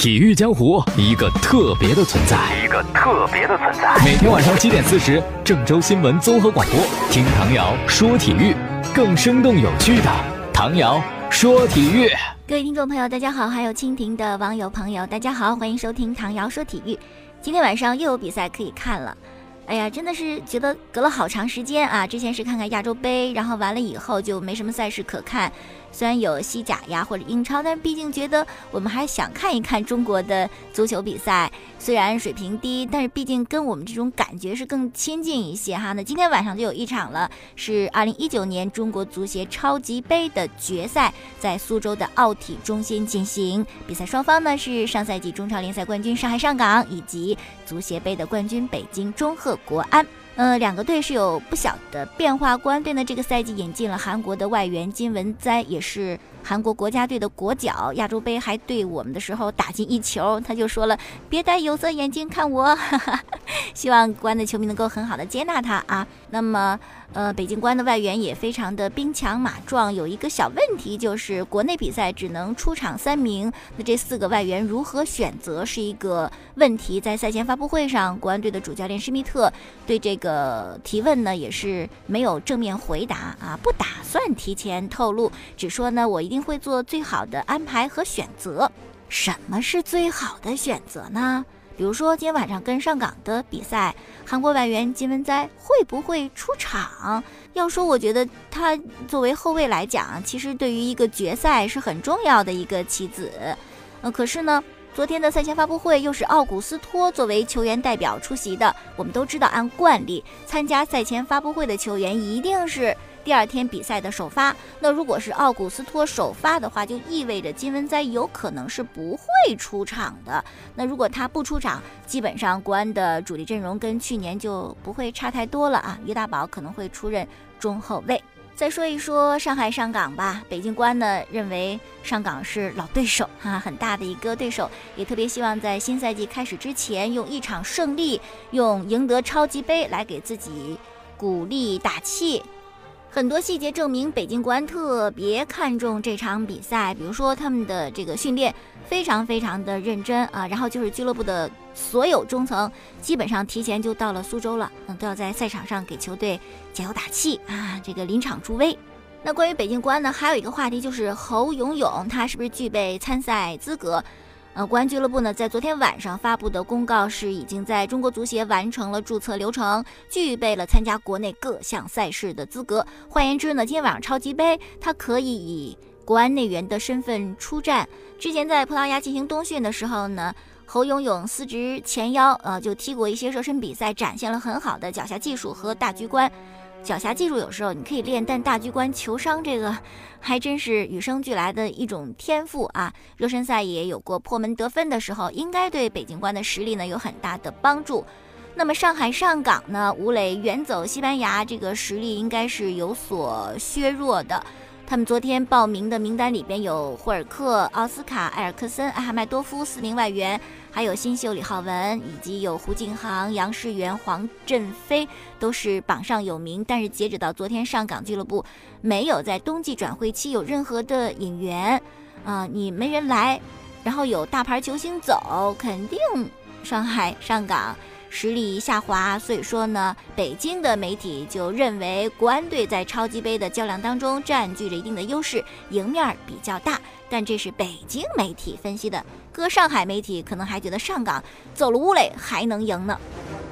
体育江湖，一个特别的存在。每天晚上7点40，郑州新闻综合广播，听唐瑶说体育，更生动有趣的唐瑶说体育。 各位听众朋友大家好，还有蜻蜓的网友朋友大家好，欢迎收听唐瑶说体育。今天晚上又有比赛可以看了，哎呀，真的是觉得隔了好长时间啊！之前是看看亚洲杯，然后完了以后就没什么赛事可看。虽然有西甲呀或者英超，但毕竟觉得我们还想看一看中国的足球比赛。虽然水平低，但是毕竟跟我们这种感觉是更亲近一些哈。那今天晚上就有一场了，是2019年中国足协超级杯的决赛，在苏州的奥体中心进行。比赛双方呢是上赛季中超联赛冠军上海上港以及足协杯的冠军北京中赫国安。两个队是有不小的变化。国安队呢这个赛季引进了韩国的外援金文哉，也是韩国国家队的国脚。亚洲杯还对我们的时候打进1球，他就说了别戴有色眼镜看我希望国安的球迷能够很好的接纳他啊。那么北京国安的外援也非常的兵强马壮，有一个小问题就是国内比赛只能出场3名，那这4个外援如何选择是一个问题。在赛前发布会上，国安队的主教练施密特对这个提问呢也是没有正面回答啊，不打算提前透露，只说呢我一定会做最好的安排和选择。什么是最好的选择呢？比如说今天晚上跟上港的比赛，韩国外援金文哉会不会出场？要说我觉得他作为后卫来讲，其实对于一个决赛是很重要的一个棋子。可是呢昨天的赛前发布会又是奥古斯托作为球员代表出席的。我们都知道按惯例参加赛前发布会的球员一定是第2天比赛的首发，那如果是奥古斯托首发的话，就意味着金文哉有可能是不会出场的。那如果他不出场，基本上国安的主力阵容跟去年就不会差太多了啊。于大宝可能会出任中后卫。再说一说上海上港吧，北京国安呢认为上港是老对手啊，很大的一个对手，也特别希望在新赛季开始之前用一场胜利，用赢得超级杯来给自己鼓励打气。很多细节证明北京国安特别看重这场比赛，比如说他们的这个训练非常的认真啊，然后就是俱乐部的所有中层基本上提前就到了苏州了，都要在赛场上给球队加油打气啊，这个临场助威。那关于北京国安呢，还有一个话题就是侯永永他是不是具备参赛资格？国安俱乐部呢在昨天晚上发布的公告是已经在中国足协完成了注册流程，具备了参加国内各项赛事的资格。换言之呢，今天晚上超级杯他可以以国安内援的身份出战。之前在葡萄牙进行冬训的时候呢，侯永永司职前腰，就踢过一些热身比赛，展现了很好的脚下技术和大局观。脚下技术有时候你可以练，但大局观球商这个还真是与生俱来的一种天赋啊。热身赛也有过破门得分的时候，应该对北京国安的实力呢有很大的帮助。那么上海上港呢，吴磊远走西班牙，这个实力应该是有所削弱的。他们昨天报名的名单里边有霍尔克、奥斯卡、埃尔克森、艾哈迈多夫4名外援，还有新秀李浩文，以及有胡敬航、杨世元、黄振飞，都是榜上有名。但是截止到昨天，上港俱乐部没有在冬季转会期有任何的引援你没人来，然后有大牌球星走，肯定上海上港实力下滑。所以说呢，北京的媒体就认为国安队在超级杯的较量当中占据着一定的优势，赢面比较大。但这是北京媒体分析的，搁上海媒体可能还觉得上港走了吴磊还能赢呢。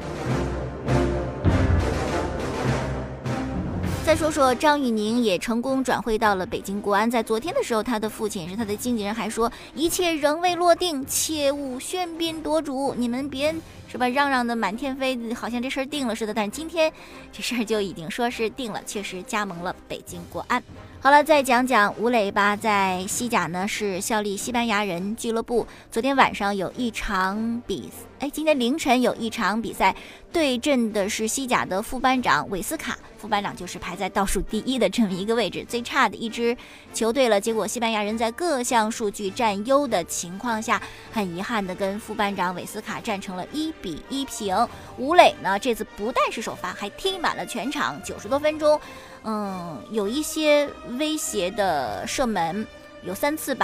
再说说张玉宁也成功转会到了北京国安，在昨天的时候，他的父亲也是他的经纪人还说一切仍未落定，切勿喧宾夺主，你们别是吧嚷嚷的满天飞，好像这事儿定了似的。但是今天这事儿就已经说是定了，确实加盟了北京国安。好了，再讲讲吴磊吧。在西甲呢是效力西班牙人俱乐部，昨天晚上有一场今天凌晨有一场比赛，对阵的是西甲的副班长韦斯卡。副班长就是排在倒数第1的这么一个位置，最差的一支球队了。结果西班牙人在各项数据占优的情况下，很遗憾的跟副班长韦斯卡战成了1-1平。吴磊呢这次不但是首发，还踢满了全场90多分钟，有一些威胁的射门有3次吧，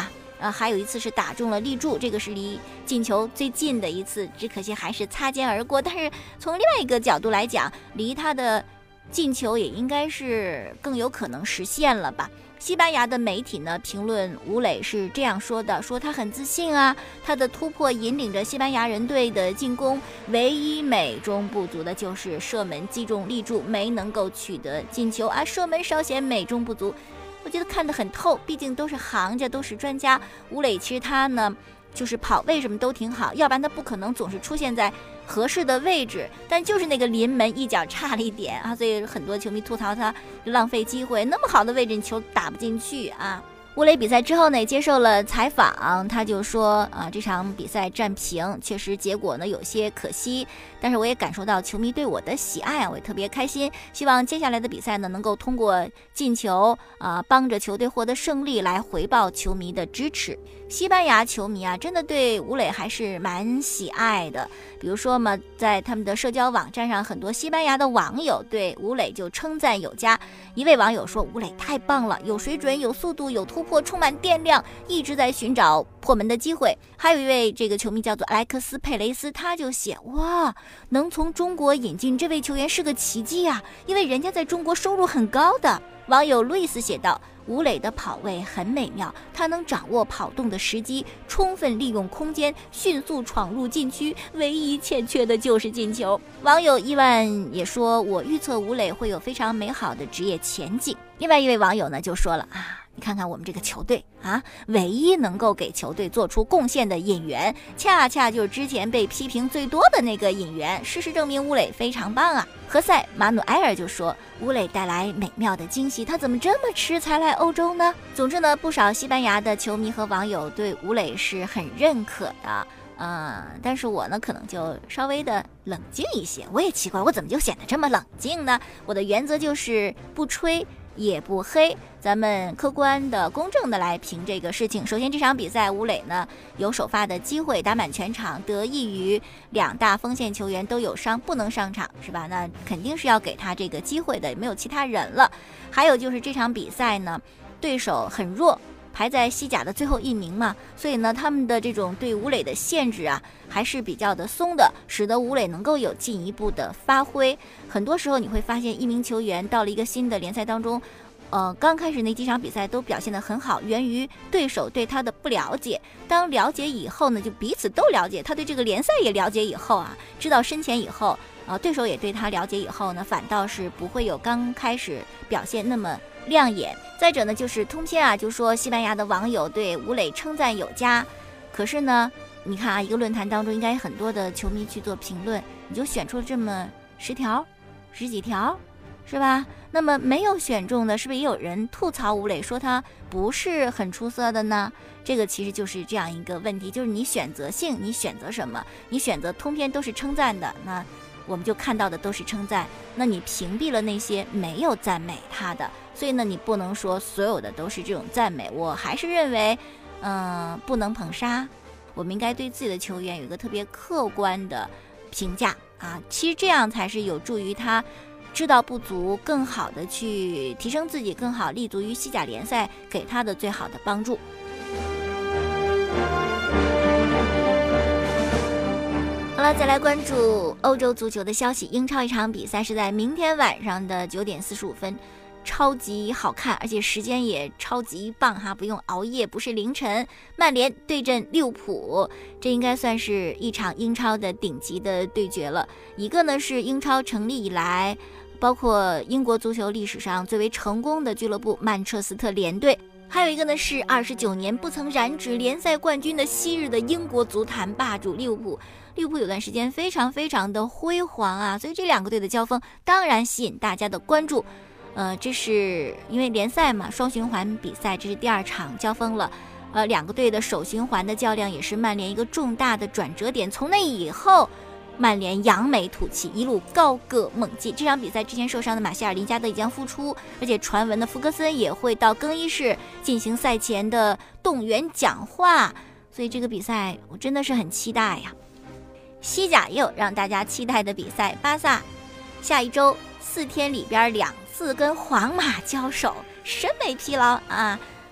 还有一次是打中了立柱，这个是离进球最近的一次，只可惜还是擦肩而过。但是从另外一个角度来讲，离他的进球也应该是更有可能实现了吧。西班牙的媒体呢评论吴磊是这样说的，说他很自信啊，他的突破引领着西班牙人队的进攻，唯一美中不足的就是射门击中立柱，没能够取得进球啊，射门稍显美中不足。我觉得看得很透，毕竟都是行家，都是专家。吴磊其实他呢就是跑位什么都挺好，要不然他不可能总是出现在合适的位置，但就是那个临门一脚差了一点啊，所以很多球迷吐槽他浪费机会，那么好的位置你球打不进去啊。吴磊比赛之后呢，也接受了采访，他就说这场比赛战平，确实结果呢有些可惜，但是我也感受到球迷对我的喜爱，我也特别开心。希望接下来的比赛呢，能够通过进球帮着球队获得胜利，来回报球迷的支持。西班牙球迷啊，真的对吴磊还是蛮喜爱的。比如说嘛，在他们的社交网站上，很多西班牙的网友对吴磊就称赞有加。一位网友说，吴磊太棒了，有水准，有速度，有突破，充满电量，一直在寻找破门的机会。还有一位这个球迷叫做莱克斯佩雷斯，他就写，哇，能从中国引进这位球员是个奇迹啊，因为人家在中国收入很高的。网友路易斯写道，吴磊的跑位很美妙，他能掌握跑动的时机，充分利用空间，迅速闯入禁区，唯一欠缺的就是进球。网友伊万也说，我预测吴磊会有非常美好的职业前景。另外一位网友呢就说了你看看我们这个球队唯一能够给球队做出贡献的引援，恰恰就是之前被批评最多的那个引援。事实证明吴磊非常棒啊。何塞马努埃尔就说，吴磊带来美妙的惊喜，他怎么这么迟才来欧洲呢？总之呢，不少西班牙的球迷和网友对吴磊是很认可的。但是我呢可能就稍微的冷静一些。我也奇怪，我怎么就显得这么冷静呢？我的原则就是不吹也不黑，咱们客观的公正的来评这个事情。首先这场比赛吴磊呢有首发的机会，打满全场，得益于两大锋线球员都有伤不能上场，是吧？那肯定是要给他这个机会的，没有其他人了。还有就是这场比赛呢对手很弱，排在西甲的最后一名嘛，所以呢他们的这种对吴磊的限制还是比较的松的，使得吴磊能够有进一步的发挥。很多时候你会发现一名球员到了一个新的联赛当中，刚开始那几场比赛都表现得很好，源于对手对他的不了解。当了解以后呢，就彼此都了解，他对这个联赛也了解以后知道深浅以后，对手也对他了解以后呢，反倒是不会有刚开始表现那么亮眼。再者呢，就是通篇就说西班牙的网友对吴磊称赞有加，可是呢，你看一个论坛当中应该很多的球迷去做评论，你就选出了这么10条、10几条，是吧？那么没有选中的，是不是也有人吐槽吴磊，说他不是很出色的呢？这个其实就是这样一个问题，就是你选择性，你选择什么？你选择通篇都是称赞的，那我们就看到的都是称赞，那你屏蔽了那些没有赞美他的，所以呢，你不能说所有的都是这种赞美。我还是认为，不能捧杀，我们应该对自己的球员有一个特别客观的评价其实这样才是有助于他知道不足，更好的去提升自己，更好立足于西甲联赛给他的最好的帮助。好了，再来关注欧洲足球的消息。英超一场比赛是在明天晚上的9点45分，超级好看，而且时间也超级棒不用熬夜，不是凌晨。曼联对阵利物浦，这应该算是一场英超的顶级的对决了。一个呢是英超成立以来，包括英国足球历史上最为成功的俱乐部曼彻斯特联队，还有一个呢是29年不曾染指联赛冠军的昔日的英国足坛霸主利物浦。利物浦有段时间非常非常的辉煌所以这两个队的交锋当然吸引大家的关注。这是因为联赛嘛，双循环比赛，这是第2场交锋了。两个队的首循环的较量也是曼联一个重大的转折点。从那以后，曼联扬眉吐气，一路高歌猛进。这场比赛之前受伤的马歇尔、林加德已将复出，而且传闻的福格森也会到更衣室进行赛前的动员讲话，所以这个比赛我真的是很期待呀。西甲也有让大家期待的比赛，巴萨下一周4天里边2次跟皇马交手，审美疲劳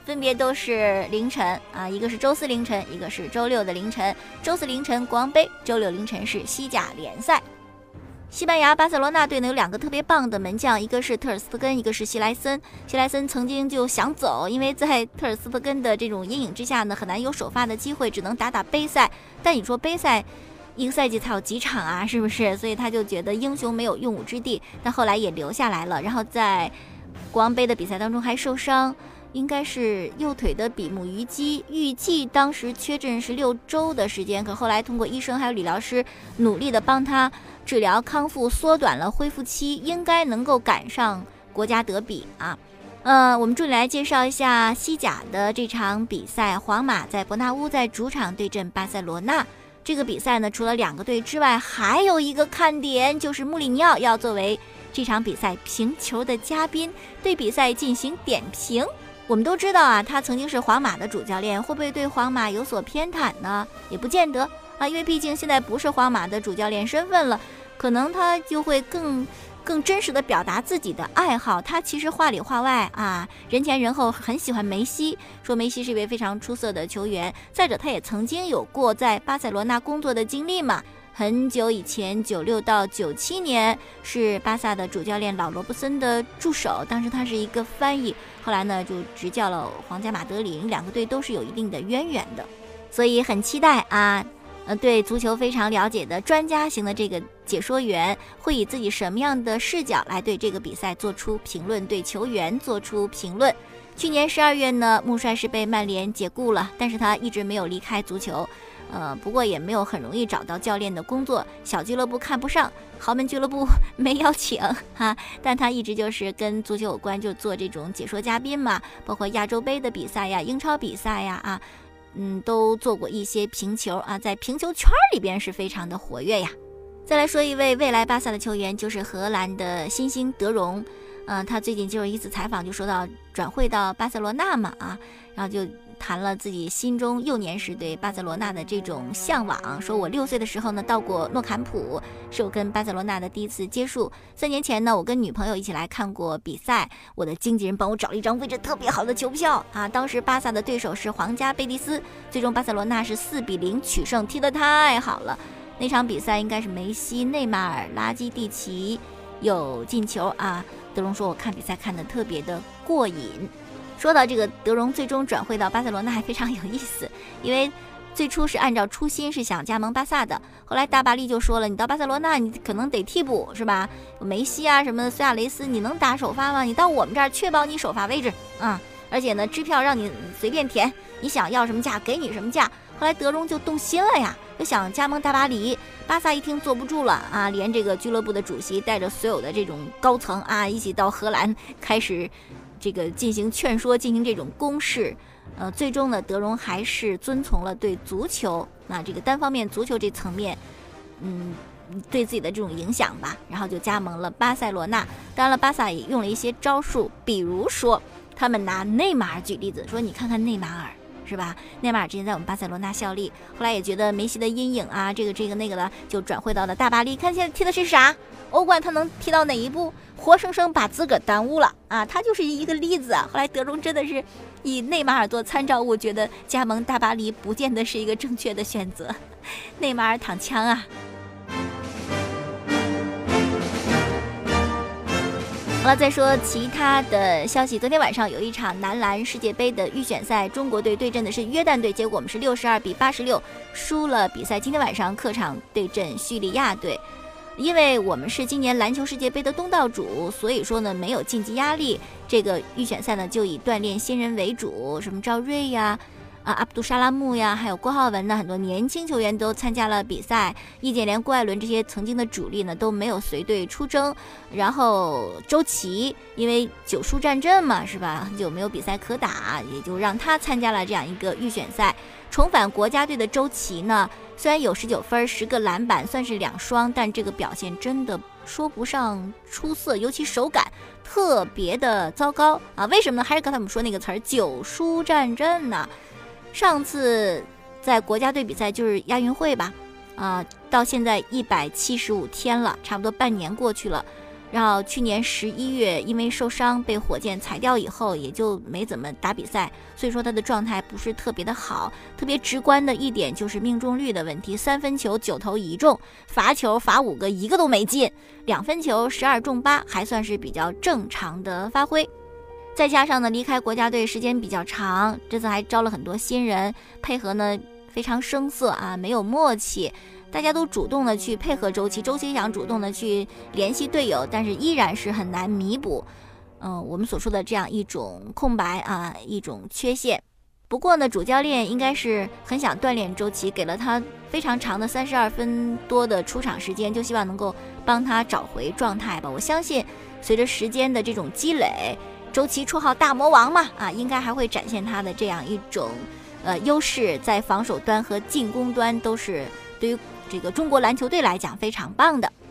分别都是凌晨啊，一个是周四凌晨，一个是周六的凌晨。周四凌晨国王杯，周六凌晨是西甲联赛。西班牙巴塞罗那队呢有2个特别棒的门将，一个是特尔斯特根，一个是希莱森。希莱森曾经就想走，因为在特尔斯特根的这种阴影之下呢，很难有首发的机会，只能打杯赛。但你说杯赛一个赛季才有几场啊，是不是？所以他就觉得英雄没有用武之地，但后来也留下来了。然后在国王杯的比赛当中还受伤，应该是右腿的比目鱼肌，预计当时缺阵是6周的时间，可后来通过医生还有理疗师努力的帮他治疗康复，缩短了恢复期，应该能够赶上国家德比啊。我们重点来介绍一下西甲的这场比赛，皇马在伯纳乌在主场对阵巴塞罗那。这个比赛呢，除了2个队之外，还有一个看点，就是穆里尼奥要作为这场比赛评球的嘉宾，对比赛进行点评。我们都知道啊，他曾经是皇马的主教练，会不会对皇马有所偏袒呢？也不见得啊，因为毕竟现在不是皇马的主教练身份了，可能他就会更真实的表达自己的爱好。他其实话里话外啊，人前人后很喜欢梅西，说梅西是一位非常出色的球员。再者，他也曾经有过在巴塞罗那工作的经历嘛。很久以前96到97年是巴萨的主教练老罗布森的助手，当时他是一个翻译，后来呢就执教了皇家马德里，2个队都是有一定的渊源的，所以很期待啊。对足球非常了解的专家型的这个解说员会以自己什么样的视角来对这个比赛做出评论，对球员做出评论。去年12月呢，穆帅是被曼联解雇了，但是他一直没有离开足球，不过也没有很容易找到教练的工作，小俱乐部看不上，豪门俱乐部没邀请哈，但他一直就是跟足球有关，就做这种解说嘉宾嘛，包括亚洲杯的比赛呀、英超比赛呀啊。都做过一些评球啊，在评球圈里边是非常的活跃呀。再来说一位未来巴萨的球员，就是荷兰的新星德容。他最近就有一次采访就说到转会到巴塞罗那嘛啊，然后就谈了自己心中幼年时对巴塞罗那的这种向往，说我6岁的时候呢到过诺坎普，是我跟巴塞罗那的第一次接触。3年前呢，我跟女朋友一起来看过比赛，我的经纪人帮我找了一张位置特别好的球票啊。当时巴萨的对手是皇家贝蒂斯，最终巴塞罗那是4-0取胜，踢得太好了。那场比赛应该是梅西、内马尔、拉基蒂奇有进球啊。德容说我看比赛看得特别的过瘾。说到这个德容最终转会到巴塞罗那还非常有意思，因为最初是按照初心是想加盟巴萨的，后来大巴黎就说了，你到巴塞罗那你可能得替补是吧，有梅西啊什么的，苏亚雷斯你能打首发吗？你到我们这儿确保你首发位置而且呢支票让你随便填，你想要什么价给你什么价。后来德容就动心了呀，就想加盟大巴黎。巴萨一听坐不住了啊，连这个俱乐部的主席带着所有的这种高层啊一起到荷兰开始这个进行劝说，进行这种攻势。最终呢，德容还是遵从了对足球这个单方面足球这层面对自己的这种影响吧，然后就加盟了巴塞罗那。当然了，巴萨也用了一些招数，比如说他们拿内马尔举例子，说你看看内马尔是吧？内马尔之前在我们巴塞罗那效力，后来也觉得梅西的阴影啊，这个那个的，就转会到了大巴黎。看现在踢的是啥？欧冠他能踢到哪一步？活生生把自个儿耽误了啊！他就是一个例子啊。后来德容真的是以内马尔做参照物，觉得加盟大巴黎不见得是一个正确的选择。内马尔躺枪啊！好了，再说其他的消息。昨天晚上有一场男篮世界杯的预选赛，中国队对阵的是约旦队，结果我们是62-86输了比赛。今天晚上客场对阵叙利亚队。因为我们是今年篮球世界杯的东道主，所以说呢没有晋级压力。这个预选赛呢就以锻炼新人为主，什么赵睿呀、阿卜杜沙拉木呀，还有郭浩文呢，很多年轻球员都参加了比赛。易建联、郭艾伦这些曾经的主力呢都没有随队出征。然后周琦因为9输战阵嘛，是吧？很久没有比赛可打，也就让他参加了这样一个预选赛。重返国家队的周琦呢，虽然有19分、10个篮板，算是2双，但这个表现真的说不上出色，尤其手感特别的糟糕啊！为什么呢？还是刚才我们说那个词儿，9输战阵呢。上次在国家队比赛就是亚运会吧，到现在175天了，差不多半年过去了。 然后去年11月因为受伤被火箭裁掉以后，也就没怎么打比赛，所以说他的状态不是特别的好。特别直观的一点就是命中率的问题，3分球9投1中，罚球罚5个1个都没进，2分球12中8，还算是比较正常的发挥。再加上呢，离开国家队时间比较长，这次还招了很多新人，配合呢非常生涩啊，没有默契。大家都主动的去配合周琦，周琦想主动的去联系队友，但是依然是很难弥补我们所说的这样一种空白啊，一种缺陷。不过呢，主教练应该是很想锻炼周琦，给了他非常长的32分多的出场时间，就希望能够帮他找回状态吧。我相信随着时间的这种积累，周琦绰号大魔王嘛应该还会展现他的这样一种优势，在防守端和进攻端都是对于这个中国篮球队来讲非常棒的。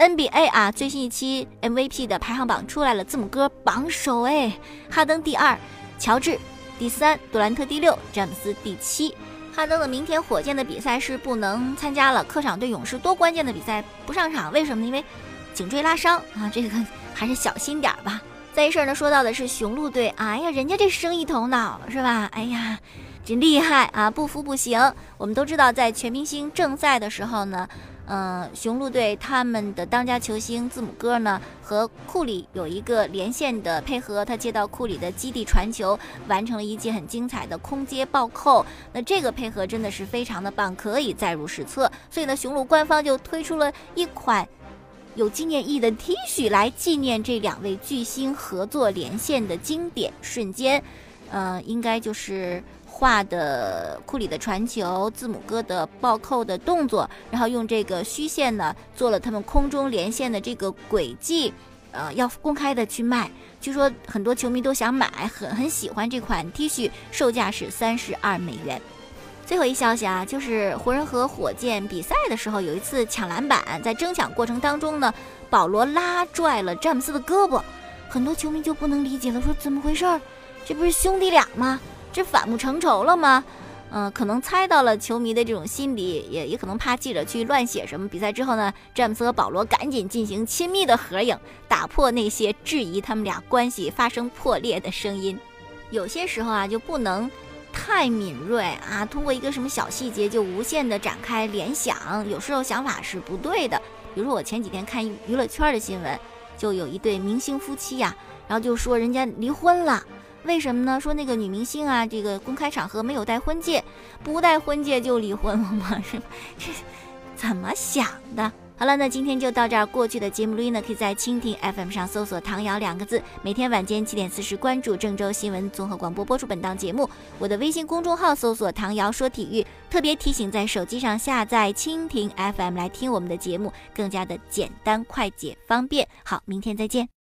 NBA 最新一期 MVP 的排行榜出来了，字母哥榜首哈登第2，乔治第3，杜兰特第6，詹姆斯第7。哈登的明天火箭的比赛是不能参加了，客场对勇士多关键的比赛不上场，为什么呢？因为颈椎拉伤这个还是小心点吧。再一事呢，说到的是雄鹿队，人家这生意头脑是吧？真厉害不服不行。我们都知道，在全明星正赛的时候呢，雄鹿队他们的当家球星字母哥呢和库里有一个连线的配合，他接到库里的基地传球，完成了一记很精彩的空接暴扣。那这个配合真的是非常的棒，可以载入史册。所以呢，雄鹿官方就推出了一款有纪念意义的 T 恤来纪念这2位巨星合作连线的经典瞬间。应该就是画的库里的传球，字母哥的暴扣的动作，然后用这个虚线呢做了他们空中连线的这个轨迹，要公开的去卖。据说很多球迷都想买，很喜欢这款 T 恤，售价是$32。最后一消息就是湖人和火箭比赛的时候，有一次抢篮板，在争抢过程当中呢，保罗拉拽了詹姆斯的胳膊，很多球迷就不能理解了，说怎么回事？这不是兄弟俩吗？这反目成仇了吗？可能猜到了球迷的这种心理，也可能怕记者去乱写什么。比赛之后呢，詹姆斯和保罗赶紧进行亲密的合影，打破那些质疑他们俩关系发生破裂的声音。有些时候就不能太敏锐通过一个什么小细节就无限的展开联想，有时候想法是不对的。比如说我前几天看娱乐圈的新闻，就有一对明星夫妻然后就说人家离婚了。为什么呢？说那个女明星这个公开场合没有戴婚戒，不戴婚戒就离婚了吗？这怎么想的？好了，那今天就到这儿。过去的节目录音呢，可以在蜻蜓 FM 上搜索唐瑶2个字，每天晚间7点40关注郑州新闻综合广播播出本档节目。我的微信公众号搜索唐瑶说体育，特别提醒在手机上下载蜻蜓 FM 来听我们的节目，更加的简单快捷方便。好，明天再见。